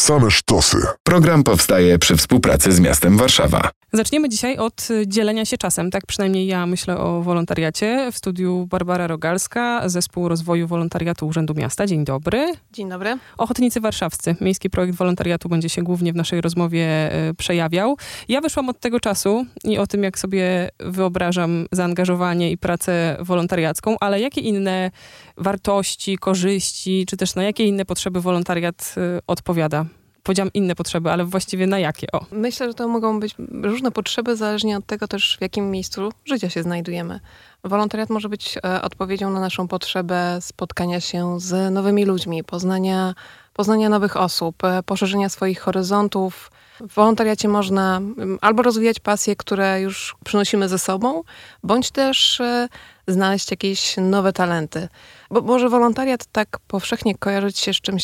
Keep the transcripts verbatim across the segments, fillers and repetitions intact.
Same sztosy. Program powstaje przy współpracy z miastem Warszawa. Zaczniemy dzisiaj od dzielenia się czasem. Tak przynajmniej ja myślę o wolontariacie. W studiu Barbara Rogalska, Zespół Rozwoju Wolontariatu Urzędu Miasta. Dzień dobry. Dzień dobry. Ochotnicy Warszawscy. Miejski projekt wolontariatu będzie się głównie w naszej rozmowie y, przejawiał. Ja wyszłam od tego czasu i o tym, jak sobie wyobrażam zaangażowanie i pracę wolontariacką, ale jakie inne wartości, korzyści, czy też na jakie inne potrzeby wolontariat y, odpowiada? Powiedziałam inne potrzeby, ale właściwie na jakie? O. Myślę, że to mogą być różne potrzeby, zależnie od tego też, w jakim miejscu życia się znajdujemy. Wolontariat może być e, odpowiedzią na naszą potrzebę spotkania się z nowymi ludźmi, poznania, poznania nowych osób, e, poszerzenia swoich horyzontów. W wolontariacie można m, albo rozwijać pasje, które już przynosimy ze sobą, bądź też e, znaleźć jakieś nowe talenty. Bo może wolontariat tak powszechnie kojarzyć się z czymś,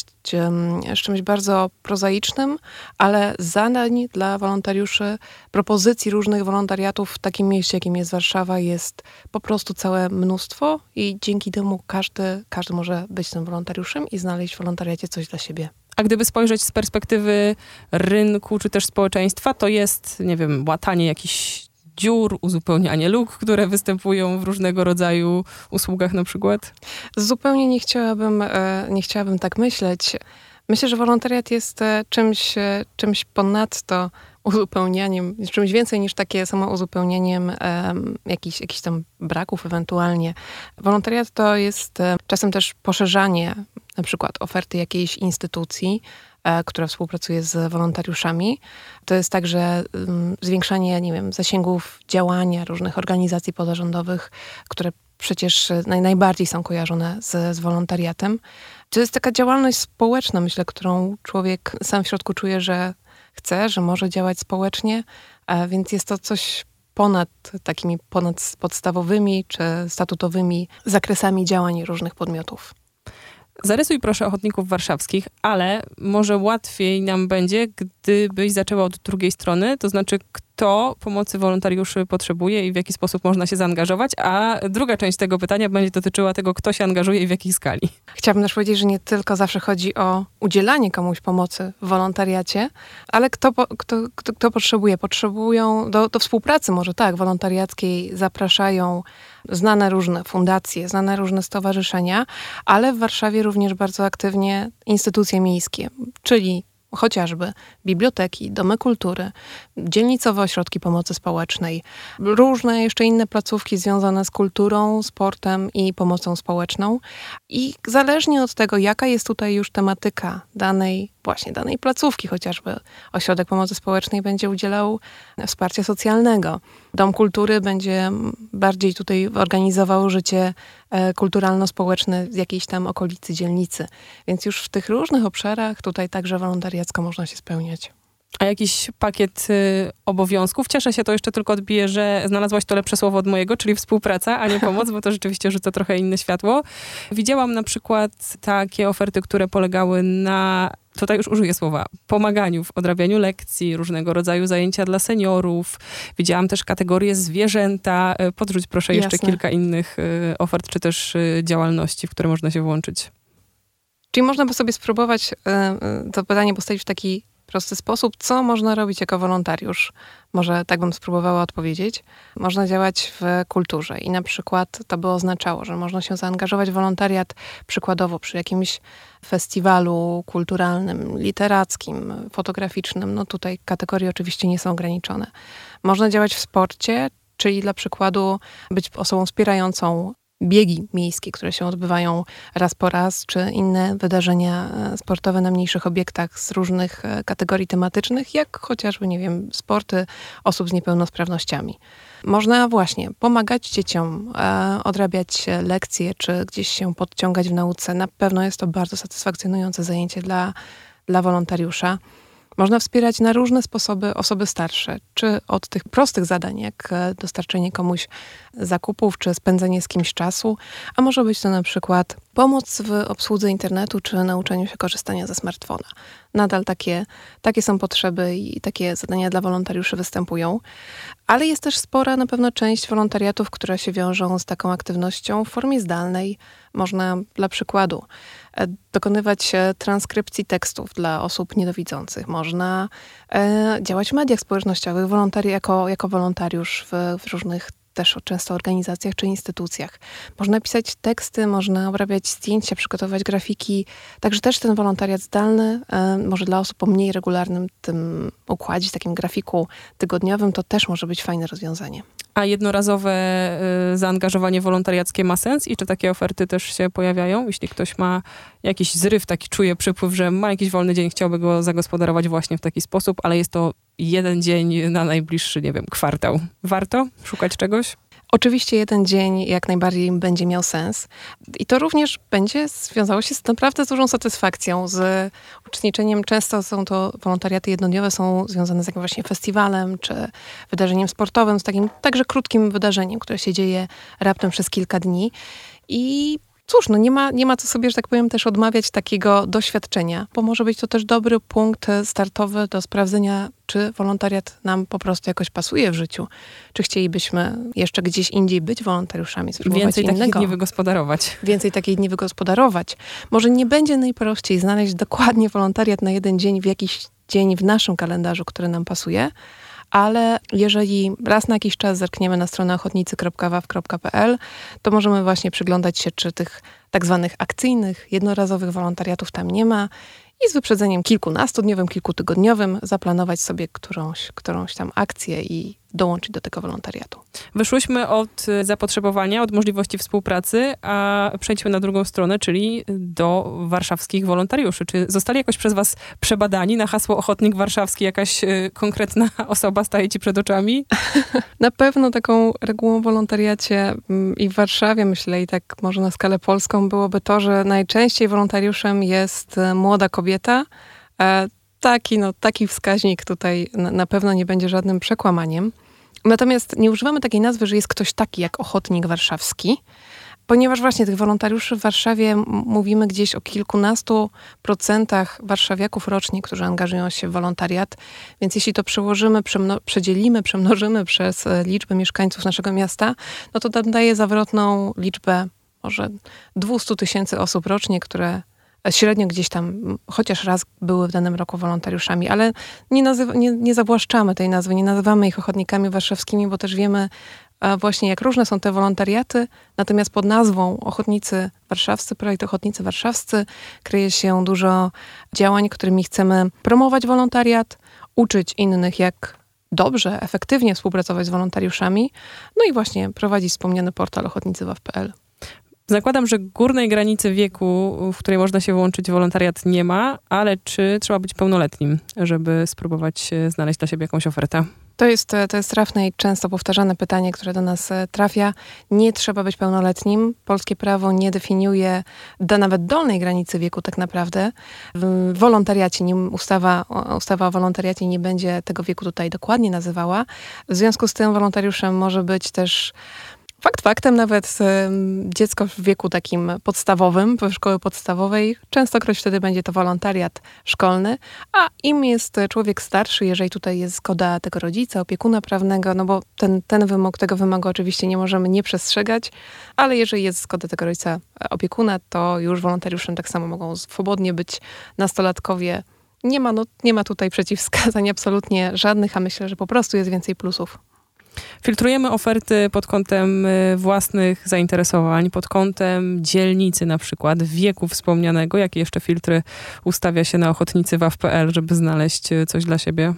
z czymś bardzo prozaicznym, ale zadań dla wolontariuszy, propozycji różnych wolontariatów w takim mieście, jakim jest Warszawa, jest po prostu całe mnóstwo i dzięki temu każdy, każdy może być tym wolontariuszem i znaleźć w wolontariacie coś dla siebie. A gdyby spojrzeć z perspektywy rynku czy też społeczeństwa, to jest, nie wiem, łatanie jakichś dziur, uzupełnianie luk, które występują w różnego rodzaju usługach na przykład? Zupełnie nie chciałabym, nie chciałabym tak myśleć. Myślę, że wolontariat jest czymś, czymś ponadto uzupełnianiem, czymś więcej niż takie samo uzupełnieniem um, jakichś, jakichś tam braków ewentualnie. Wolontariat to jest um, czasem też poszerzanie na przykład oferty jakiejś instytucji, e, która współpracuje z wolontariuszami. To jest także um, zwiększanie, nie wiem, zasięgów działania różnych organizacji pozarządowych, które przecież naj, najbardziej są kojarzone z, z wolontariatem. To jest taka działalność społeczna, myślę, którą człowiek sam w środku czuje, że chce, że może działać społecznie, a więc jest to coś ponad takimi ponad podstawowymi czy statutowymi zakresami działań różnych podmiotów. Zarysuj proszę ochotników warszawskich, ale może łatwiej nam będzie, gdybyś zaczęła od drugiej strony, to znaczy kto pomocy wolontariuszy potrzebuje i w jaki sposób można się zaangażować, a druga część tego pytania będzie dotyczyła tego, kto się angażuje i w jakiej skali. Chciałabym też powiedzieć, że nie tylko zawsze chodzi o udzielanie komuś pomocy w wolontariacie, ale kto, kto, kto, kto potrzebuje. Potrzebują do, do współpracy może tak, wolontariackiej zapraszają znane różne fundacje, znane różne stowarzyszenia, ale w Warszawie również bardzo aktywnie instytucje miejskie, czyli chociażby biblioteki, domy kultury, dzielnicowe ośrodki pomocy społecznej, różne jeszcze inne placówki związane z kulturą, sportem i pomocą społeczną. I zależnie od tego, jaka jest tutaj już tematyka danej, właśnie danej placówki, chociażby Ośrodek Pomocy Społecznej będzie udzielał wsparcia socjalnego. Dom Kultury będzie bardziej tutaj organizował życie kulturalno-społeczne z jakiejś tam okolicy, dzielnicy. Więc już w tych różnych obszarach tutaj także wolontariacko można się spełniać. A jakiś pakiet y, obowiązków? Cieszę się, to jeszcze tylko odbiję, że znalazłaś to lepsze słowo od mojego, czyli współpraca, a nie pomoc, bo to rzeczywiście rzuca trochę inne światło. Widziałam na przykład takie oferty, które polegały na, tutaj już użyję słowa, pomaganiu w odrabianiu lekcji, różnego rodzaju zajęcia dla seniorów. Widziałam też kategorię zwierzęta. Podrzuć proszę jeszcze Jasne. kilka innych y, ofert, czy też y, działalności, w które można się włączyć. Czyli można by sobie spróbować y, y, to pytanie postawić w taki prosty sposób, co można robić jako wolontariusz. Może tak bym spróbowała odpowiedzieć. Można działać w kulturze i na przykład to by oznaczało, że można się zaangażować w wolontariat przykładowo przy jakimś festiwalu kulturalnym, literackim, fotograficznym. No tutaj kategorie oczywiście nie są ograniczone. Można działać w sporcie, czyli dla przykładu być osobą wspierającą biegi miejskie, które się odbywają raz po raz, czy inne wydarzenia sportowe na mniejszych obiektach z różnych kategorii tematycznych, jak chociażby, nie wiem, sporty osób z niepełnosprawnościami. Można właśnie pomagać dzieciom, e, odrabiać lekcje, czy gdzieś się podciągać w nauce. Na pewno jest to bardzo satysfakcjonujące zajęcie dla, dla wolontariusza. Można wspierać na różne sposoby osoby starsze, czy od tych prostych zadań, jak dostarczenie komuś zakupów, czy spędzenie z kimś czasu, a może być to na przykład pomoc w obsłudze internetu, czy nauczeniu się korzystania ze smartfona. Nadal takie, takie są potrzeby i takie zadania dla wolontariuszy występują, ale jest też spora na pewno część wolontariatów, które się wiążą z taką aktywnością w formie zdalnej. Można dla przykładu e, dokonywać e, transkrypcji tekstów dla osób niedowidzących. Można e, działać w mediach społecznościowych wolontari- jako, jako wolontariusz w, w różnych też często organizacjach czy instytucjach. Można pisać teksty, można obrabiać zdjęcia, przygotować grafiki. Także też ten wolontariat zdalny, e, może dla osób o mniej regularnym tym układzie, takim grafiku tygodniowym, to też może być fajne rozwiązanie. A jednorazowe y, zaangażowanie wolontariackie ma sens? I czy takie oferty też się pojawiają? Jeśli ktoś ma jakiś zryw, taki czuje przypływ, że ma jakiś wolny dzień, chciałby go zagospodarować właśnie w taki sposób, ale jest to jeden dzień na najbliższy, nie wiem, kwartał. Warto szukać czegoś? Oczywiście jeden dzień jak najbardziej będzie miał sens. I to również będzie związało się z naprawdę z dużą satysfakcją, z uczestniczeniem. Często są to wolontariaty jednodniowe, są związane z jakimś właśnie festiwalem, czy wydarzeniem sportowym, z takim także krótkim wydarzeniem, które się dzieje raptem przez kilka dni. I cóż, no nie ma, nie ma co sobie, że tak powiem, też odmawiać takiego doświadczenia, bo może być to też dobry punkt startowy do sprawdzenia, czy wolontariat nam po prostu jakoś pasuje w życiu. Czy chcielibyśmy jeszcze gdzieś indziej być wolontariuszami, spróbować Więcej innego. takich dni wygospodarować. Więcej takich dni wygospodarować. Może nie będzie najprościej znaleźć dokładnie wolontariat na jeden dzień w jakiś dzień w naszym kalendarzu, który nam pasuje, ale jeżeli raz na jakiś czas zerkniemy na stronę ochotnicy kropka w a w kropka p l, to możemy właśnie przyglądać się, czy tych tak zwanych akcyjnych, jednorazowych wolontariatów tam nie ma i z wyprzedzeniem kilkunastodniowym, kilkutygodniowym zaplanować sobie którąś, którąś tam akcję i dołączyć do tego wolontariatu. Wyszłyśmy od zapotrzebowania, od możliwości współpracy, a przejdźmy na drugą stronę, czyli do warszawskich wolontariuszy. Czy zostali jakoś przez was przebadani na hasło Ochotnik Warszawski? Jakaś y, konkretna osoba staje ci przed oczami? Na pewno taką regułą w wolontariacie i w Warszawie, myślę, i tak może na skalę polską, byłoby to, że najczęściej wolontariuszem jest młoda kobieta. Taki, no, taki wskaźnik tutaj na, na pewno nie będzie żadnym przekłamaniem. Natomiast nie używamy takiej nazwy, że jest ktoś taki jak Ochotnik Warszawski, ponieważ właśnie tych wolontariuszy w Warszawie m- mówimy gdzieś o kilkunastu procentach warszawiaków rocznie, którzy angażują się w wolontariat. Więc jeśli to przełożymy, przemno- przedzielimy, przemnożymy przez e, liczbę mieszkańców naszego miasta, no to tam daje zawrotną liczbę może dwieście tysięcy osób rocznie, które średnio gdzieś tam chociaż raz były w danym roku wolontariuszami, ale nie, nazywa, nie, nie zawłaszczamy tej nazwy, nie nazywamy ich ochotnikami warszawskimi, bo też wiemy właśnie, jak różne są te wolontariaty. Natomiast pod nazwą Ochotnicy Warszawscy, projekt Ochotnicy Warszawscy, kryje się dużo działań, którymi chcemy promować wolontariat, uczyć innych, jak dobrze, efektywnie współpracować z wolontariuszami, no i właśnie prowadzić wspomniany portal ochotnicy w a w kropka p l. Zakładam, że górnej granicy wieku, w której można się włączyć w wolontariat, nie ma, ale czy trzeba być pełnoletnim, żeby spróbować znaleźć dla siebie jakąś ofertę? To jest, to jest trafne i często powtarzane pytanie, które do nas trafia. Nie trzeba być pełnoletnim. Polskie prawo nie definiuje do nawet dolnej granicy wieku tak naprawdę. W wolontariacie, nie, ustawa, ustawa o wolontariacie nie będzie tego wieku tutaj dokładnie nazywała. W związku z tym wolontariuszem może być też Fakt faktem, nawet um, dziecko w wieku takim podstawowym, w szkoły podstawowej, częstokroć wtedy będzie to wolontariat szkolny, a im jest człowiek starszy, jeżeli tutaj jest zgoda tego rodzica, opiekuna prawnego, no bo ten, ten wymóg, tego wymogu oczywiście nie możemy nie przestrzegać, ale jeżeli jest zgoda tego rodzica, opiekuna, to już wolontariuszem tak samo mogą swobodnie być nastolatkowie. Nie ma, no, nie ma tutaj przeciwwskazań absolutnie żadnych, a myślę, że po prostu jest więcej plusów. Filtrujemy oferty pod kątem własnych zainteresowań, pod kątem dzielnicy na przykład, wieku wspomnianego. Jakie jeszcze filtry ustawia się na ochotnicy w a w kropka p l, żeby znaleźć coś dla siebie?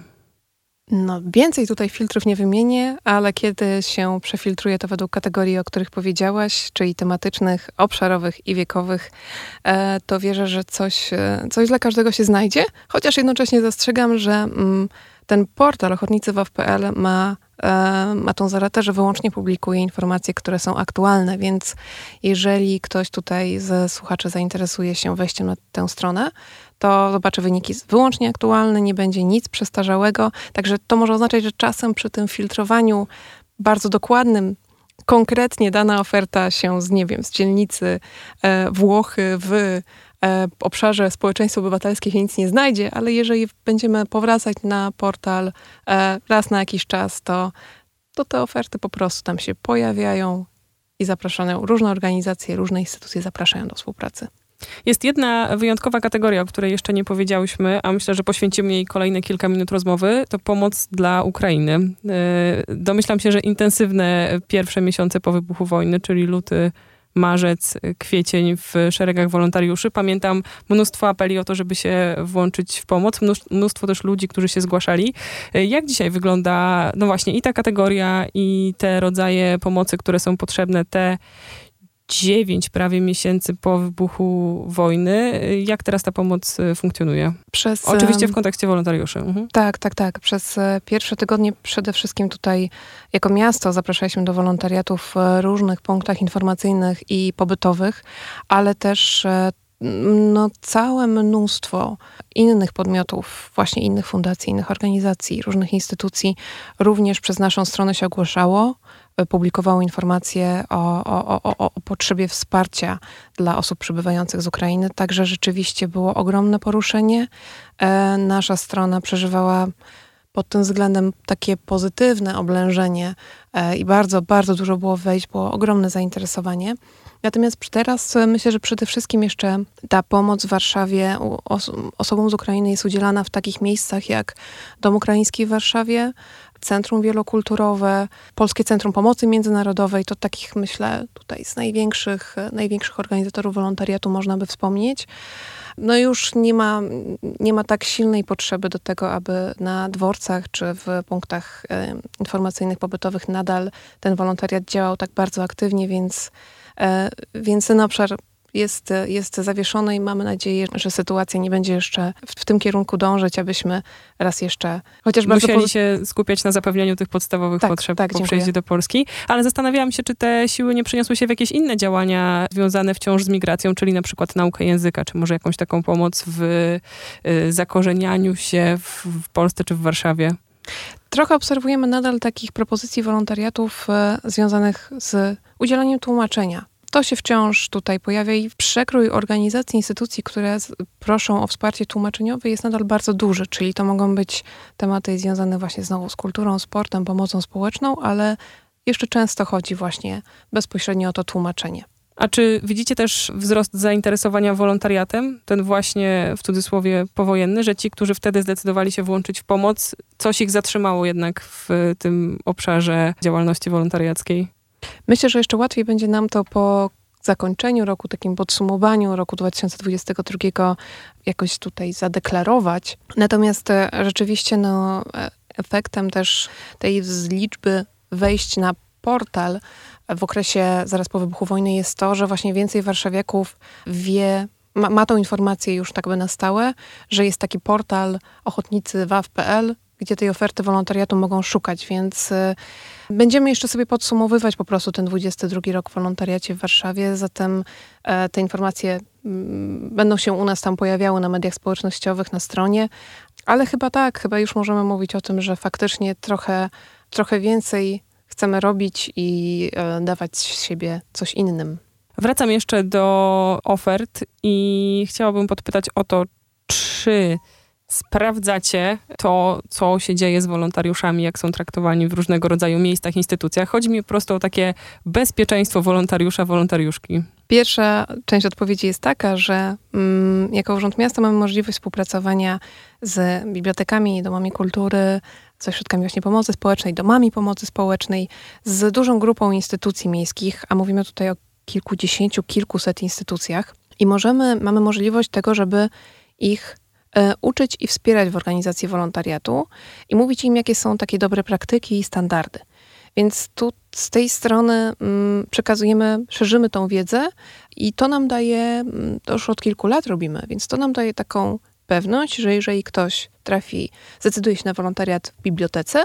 No, więcej tutaj filtrów nie wymienię, ale kiedy się przefiltruje to według kategorii, o których powiedziałaś, czyli tematycznych, obszarowych i wiekowych, e, to wierzę, że coś, e, coś dla każdego się znajdzie. Chociaż jednocześnie zastrzegam, że mm, ten portal ochotnicy w a w kropka p l ma, e, ma tą zaletę, że wyłącznie publikuje informacje, które są aktualne, więc jeżeli ktoś tutaj z słuchaczy zainteresuje się wejściem na tę stronę, to zobaczy wyniki wyłącznie aktualne, nie będzie nic przestarzałego. Także to może oznaczać, że czasem przy tym filtrowaniu bardzo dokładnym, konkretnie dana oferta się z, nie wiem, z dzielnicy e, Włochy w e, obszarze społeczeństwa obywatelskiego nic nie znajdzie, ale jeżeli będziemy powracać na portal e, raz na jakiś czas, to, to te oferty po prostu tam się pojawiają i zapraszają, różne organizacje, różne instytucje zapraszają do współpracy. Jest jedna wyjątkowa kategoria, o której jeszcze nie powiedziałyśmy, a myślę, że poświęcimy jej kolejne kilka minut rozmowy. To pomoc dla Ukrainy. Domyślam się, że intensywne pierwsze miesiące po wybuchu wojny, czyli luty, marzec, kwiecień w szeregach wolontariuszy. Pamiętam mnóstwo apeli o to, żeby się włączyć w pomoc. Mnóstwo też ludzi, którzy się zgłaszali. Jak dzisiaj wygląda, no właśnie, i ta kategoria, i te rodzaje pomocy, które są potrzebne, te dziewięć prawie miesięcy po wybuchu wojny. Jak teraz ta pomoc funkcjonuje? Przez, Oczywiście w kontekście wolontariuszy. Mhm. Tak, tak, tak. Przez pierwsze tygodnie przede wszystkim tutaj jako miasto zapraszaliśmy do wolontariatu w różnych punktach informacyjnych i pobytowych, ale też no, całe mnóstwo innych podmiotów, właśnie innych fundacji, innych organizacji, różnych instytucji również przez naszą stronę się ogłaszało, publikowało informacje o, o, o, o potrzebie wsparcia dla osób przybywających z Ukrainy. Także rzeczywiście było ogromne poruszenie. E, nasza strona przeżywała pod tym względem takie pozytywne oblężenie e, i bardzo, bardzo dużo było wejść, było ogromne zainteresowanie. Natomiast teraz myślę, że przede wszystkim jeszcze ta pomoc w Warszawie os- osobom z Ukrainy jest udzielana w takich miejscach jak Dom Ukraiński w Warszawie, Centrum Wielokulturowe, Polskie Centrum Pomocy Międzynarodowej. To takich, myślę, tutaj z największych, największych organizatorów wolontariatu można by wspomnieć. No już nie ma, nie ma tak silnej potrzeby do tego, aby na dworcach czy w punktach e, informacyjnych, pobytowych nadal ten wolontariat działał tak bardzo aktywnie, więc Więc ten obszar jest, jest zawieszony i mamy nadzieję, że sytuacja nie będzie jeszcze w, w tym kierunku dążyć, abyśmy raz jeszcze chociaż bardzo... Musieli poz... się skupiać na zapewnianiu tych podstawowych tak, potrzeb tak, po dziękuję. przyjeździe do Polski. Ale zastanawiałam się, czy te siły nie przeniosły się w jakieś inne działania związane wciąż z migracją, czyli na przykład naukę języka, czy może jakąś taką pomoc w y, zakorzenianiu się w, w Polsce czy w Warszawie. Trochę obserwujemy nadal takich propozycji wolontariatów e, związanych z udzielaniem tłumaczenia. To się wciąż tutaj pojawia i przekrój organizacji, instytucji, które z, proszą o wsparcie tłumaczeniowe jest nadal bardzo duży, czyli to mogą być tematy związane właśnie znowu z kulturą, sportem, pomocą społeczną, ale jeszcze często chodzi właśnie bezpośrednio o to tłumaczenie. A czy widzicie też wzrost zainteresowania wolontariatem, ten właśnie w cudzysłowie powojenny, że ci, którzy wtedy zdecydowali się włączyć w pomoc, coś ich zatrzymało jednak w tym obszarze działalności wolontariackiej? Myślę, że jeszcze łatwiej będzie nam to po zakończeniu roku, takim podsumowaniu roku dwa tysiące dwudziestego drugiego jakoś tutaj zadeklarować. Natomiast rzeczywiście no, efektem też tej liczby wejść na portal w okresie zaraz po wybuchu wojny jest to, że właśnie więcej warszawiaków wie, ma, ma tą informację już tak by na stałe, że jest taki portal ochotnicy w a w kropka p l, gdzie tej oferty wolontariatu mogą szukać, więc y, będziemy jeszcze sobie podsumowywać po prostu ten dwudziesty drugi rok w wolontariacie w Warszawie, zatem e, te informacje m, będą się u nas tam pojawiały na mediach społecznościowych, na stronie, ale chyba tak, chyba już możemy mówić o tym, że faktycznie trochę, trochę więcej chcemy robić i e, dawać z siebie coś innym. Wracam jeszcze do ofert i chciałabym podpytać o to, czy sprawdzacie to, co się dzieje z wolontariuszami, jak są traktowani w różnego rodzaju miejscach, instytucjach. Chodzi mi po prostu o takie bezpieczeństwo wolontariusza, wolontariuszki. Pierwsza część odpowiedzi jest taka, że mm, jako Urząd Miasta mamy możliwość współpracowania z bibliotekami, domami kultury, ze ośrodkami właśnie pomocy społecznej, domami pomocy społecznej, z dużą grupą instytucji miejskich, a mówimy tutaj o kilkudziesięciu, kilkuset instytucjach i możemy, mamy możliwość tego, żeby ich e, uczyć i wspierać w organizacji wolontariatu i mówić im, jakie są takie dobre praktyki i standardy. Więc tu z tej strony mm, przekazujemy, szerzymy tą wiedzę i to nam daje, to już od kilku lat robimy, więc to nam daje taką pewność, że jeżeli ktoś trafi, zdecyduje się na wolontariat w bibliotece,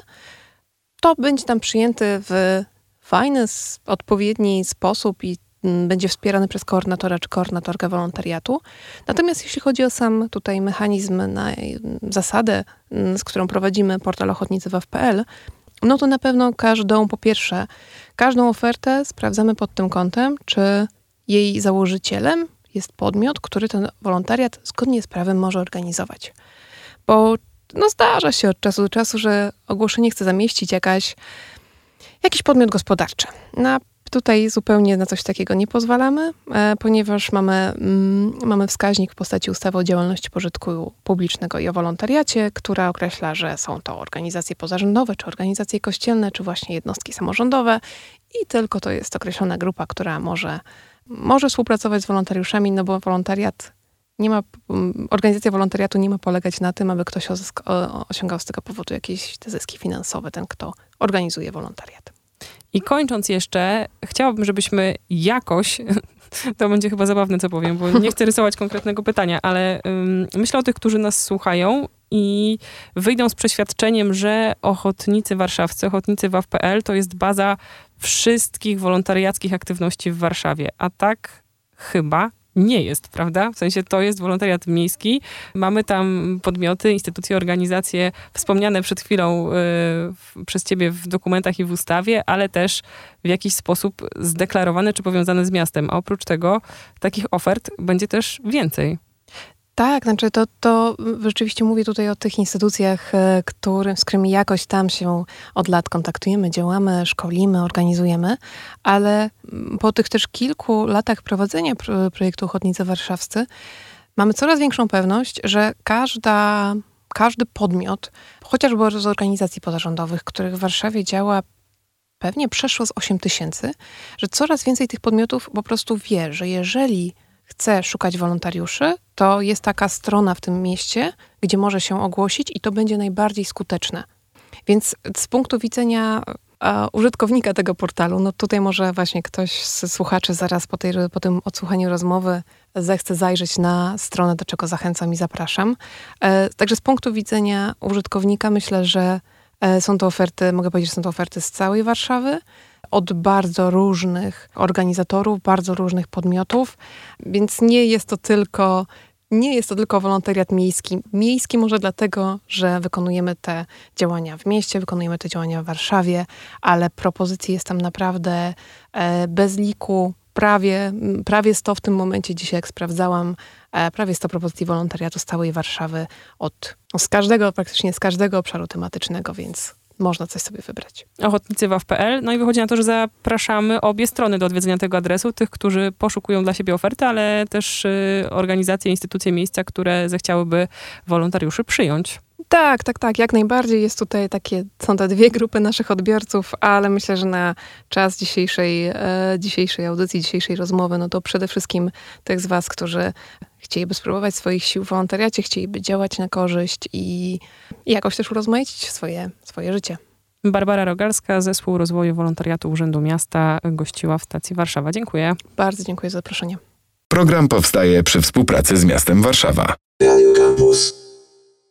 to będzie tam przyjęty w fajny, odpowiedni sposób i mm, będzie wspierany przez koordynatora czy koordynatorkę wolontariatu. Natomiast jeśli chodzi o sam tutaj mechanizm, na zasadę, z którą prowadzimy portal ochotnicy w a w kropka p l, no to na pewno każdą, po pierwsze, każdą ofertę sprawdzamy pod tym kątem, czy jej założycielem jest podmiot, który ten wolontariat zgodnie z prawem może organizować. Bo no zdarza się od czasu do czasu, że ogłoszenie chce zamieścić jakaś, jakiś podmiot gospodarczy. Na tutaj zupełnie na coś takiego nie pozwalamy, e, ponieważ mamy, mm, mamy wskaźnik w postaci ustawy o działalności pożytku publicznego i o wolontariacie, która określa, że są to organizacje pozarządowe, czy organizacje kościelne, czy właśnie jednostki samorządowe i tylko to jest określona grupa, która może, może współpracować z wolontariuszami, no bo wolontariat nie ma, organizacja wolontariatu nie ma polegać na tym, aby ktoś ozysk- o, osiągał z tego powodu jakieś te zyski finansowe, ten kto organizuje wolontariat. I kończąc jeszcze, chciałabym, żebyśmy jakoś, to będzie chyba zabawne, co powiem, bo nie chcę rysować konkretnego pytania, ale um, myślę o tych, którzy nas słuchają i wyjdą z przeświadczeniem, że Ochotnicy Warszawscy, Ochotnicy W A W kropka P L to jest baza wszystkich wolontariackich aktywności w Warszawie. A tak chyba nie jest, prawda? W sensie to jest wolontariat miejski. Mamy tam podmioty, instytucje, organizacje wspomniane przed chwilą y, w, przez ciebie w dokumentach i w ustawie, ale też w jakiś sposób zdeklarowane czy powiązane z miastem. A oprócz tego takich ofert będzie też więcej. Tak, znaczy to, to rzeczywiście mówię tutaj o tych instytucjach, który, z którymi jakoś tam się od lat kontaktujemy, działamy, szkolimy, organizujemy, ale po tych też kilku latach prowadzenia projektu Ochotnicy Warszawscy mamy coraz większą pewność, że każda, każdy podmiot, chociażby z organizacji pozarządowych, których w Warszawie działa pewnie przeszło z osiem tysięcy, że coraz więcej tych podmiotów po prostu wie, że jeżeli chce szukać wolontariuszy, to jest taka strona w tym mieście, gdzie może się ogłosić i to będzie najbardziej skuteczne. Więc z punktu widzenia a, użytkownika tego portalu, no tutaj może właśnie ktoś z słuchaczy zaraz po, tej, po tym odsłuchaniu rozmowy zechce zajrzeć na stronę, do czego zachęcam i zapraszam. E, także z punktu widzenia użytkownika myślę, że e, są to oferty, mogę powiedzieć, że są to oferty z całej Warszawy, od bardzo różnych organizatorów, bardzo różnych podmiotów, więc nie jest to tylko, nie jest to tylko wolontariat miejski. Miejski może dlatego, że wykonujemy te działania w mieście, wykonujemy te działania w Warszawie, ale propozycji jest tam naprawdę e, bez liku, prawie, prawie sto w tym momencie, dzisiaj jak sprawdzałam, e, prawie sto propozycji wolontariatu z całej Warszawy, od, z każdego, praktycznie z każdego obszaru tematycznego, więc można coś sobie wybrać. Ochotnicy W A W kropka P L. No i wychodzi na to, że zapraszamy obie strony do odwiedzenia tego adresu. Tych, którzy poszukują dla siebie oferty, ale też y, organizacje, instytucje, miejsca, które zechciałyby wolontariuszy przyjąć. Tak, tak, tak. Jak najbardziej jest tutaj takie, są te dwie grupy naszych odbiorców, ale myślę, że na czas dzisiejszej, e, dzisiejszej audycji, dzisiejszej rozmowy, no to przede wszystkim tych z was, którzy chcieliby spróbować swoich sił w wolontariacie, chcieliby działać na korzyść i, i jakoś też urozmaicić swoje, swoje życie. Barbara Rogalska, Zespół Rozwoju Wolontariatu Urzędu Miasta, gościła w stacji Warszawa. Dziękuję. Bardzo dziękuję za zaproszenie. Program powstaje przy współpracy z miastem Warszawa. Radio Campus.